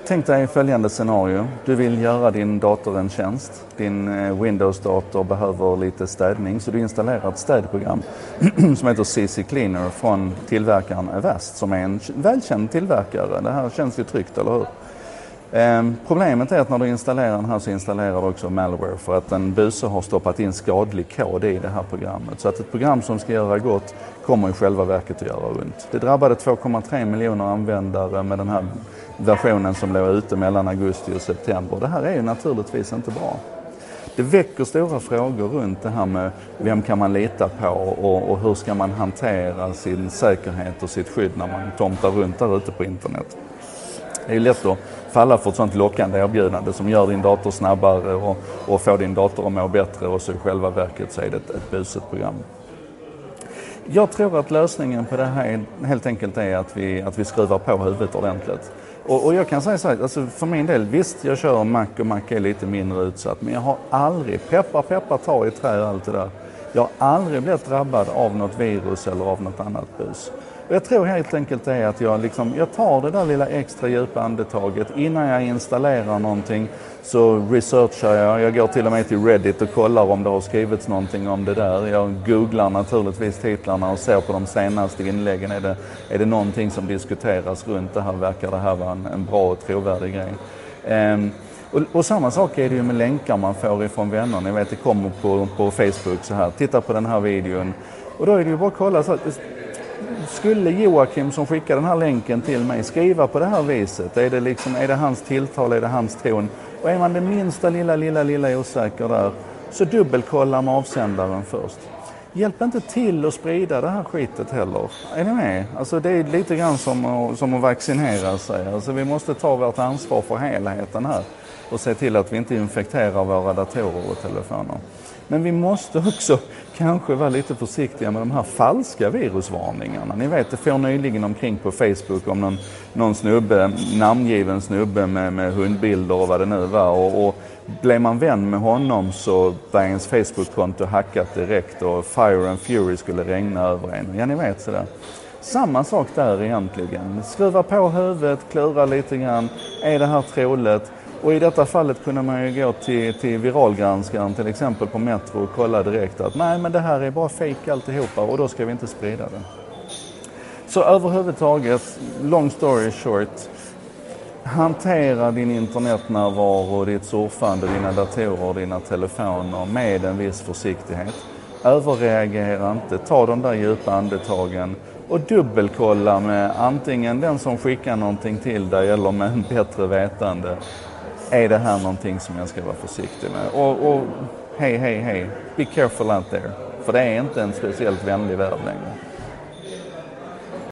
Tänk dig följande scenario. Du vill göra din dator en tjänst. Din Windows-dator behöver lite städning, så du installerar ett städprogram som heter CC Cleaner från tillverkaren Avast, som är en välkänd tillverkare. Det här känns ju tryggt, eller hur? Problemet är att när du installerar den här så installerar du också malware, för att en buse har stoppat in skadlig kod i det här programmet. Så att ett program som ska göra gott kommer i själva verket att göra ont. Det drabbade 2,3 miljoner användare med den här versionen som låg ute mellan augusti och september. Det här är ju naturligtvis inte bra. Det väcker stora frågor runt det här med vem kan man lita på och hur ska man hantera sin säkerhet och sitt skydd när man tomtar runt där ute på internet. Det är ju lätt att falla för ett sånt lockande erbjudande som gör din dator snabbare och får din dator att må bättre, och så i själva verket så är det ett buset program. Jag tror att lösningen på det här helt enkelt är att vi skruvar på huvudet ordentligt. Och jag kan säga så här, alltså för min del, visst jag kör Mac och Mac är lite mindre utsatt, men jag har aldrig, peppar tar i trä och allt det där. Jag har aldrig blivit drabbad av något virus eller av något annat bus. Och jag tror helt enkelt är att jag tar det där lilla extra djupa andetaget innan jag installerar någonting, så researchar jag går till och med till Reddit och kollar om det har skrivits någonting om det där. Jag googlar naturligtvis titlarna och ser på de senaste inläggen. Är det någonting som diskuteras runt det här? Verkar det här vara en bra och trovärdig grej? Och samma sak är det ju med länkar man får ifrån vänner. Ni vet, det kommer på Facebook så här. Titta på den här videon. Och då är det ju bara att kolla så att skulle Joakim som skickar den här länken till mig skriva på det här viset? Är det hans tilltal, är det hans ton? Och är man det minsta lilla osäker där, så dubbelkolla med avsändaren först. Hjälp inte till att sprida det här skitet heller. Är ni med? Alltså det är lite grann som att vaccinera sig. Alltså vi måste ta vårt ansvar för helheten här och se till att vi inte infekterar våra datorer och telefoner. Men vi måste också kanske vara lite försiktiga med de här falska virusvarningarna. Ni vet, det får nyligen omkring på Facebook om någon snubbe, namngiven snubbe med hundbilder och vad det nu var. Och blev man vän med honom så var ens Facebook-konto hackat direkt och Fire and Fury skulle regna över en. Ja, ni vet sådär. Samma sak där egentligen. Skruva på huvudet, klura lite grann. Är det här troligt? Och i detta fallet kunde man ju gå till viralgranskaren till exempel på Metro och kolla direkt att nej, men det här är bara fake alltihopa och då ska vi inte sprida det. Så överhuvudtaget, long story short, hantera din internetnärvaro, ditt surfande, dina datorer och dina telefoner med en viss försiktighet. Överreagera inte, ta de där djupa andetagen och dubbelkolla med antingen den som skickar någonting till dig eller med en bättre vetande. Är det här någonting som jag ska vara försiktig med? Och hej, be careful out there. För det är inte en speciellt vänlig värld längre.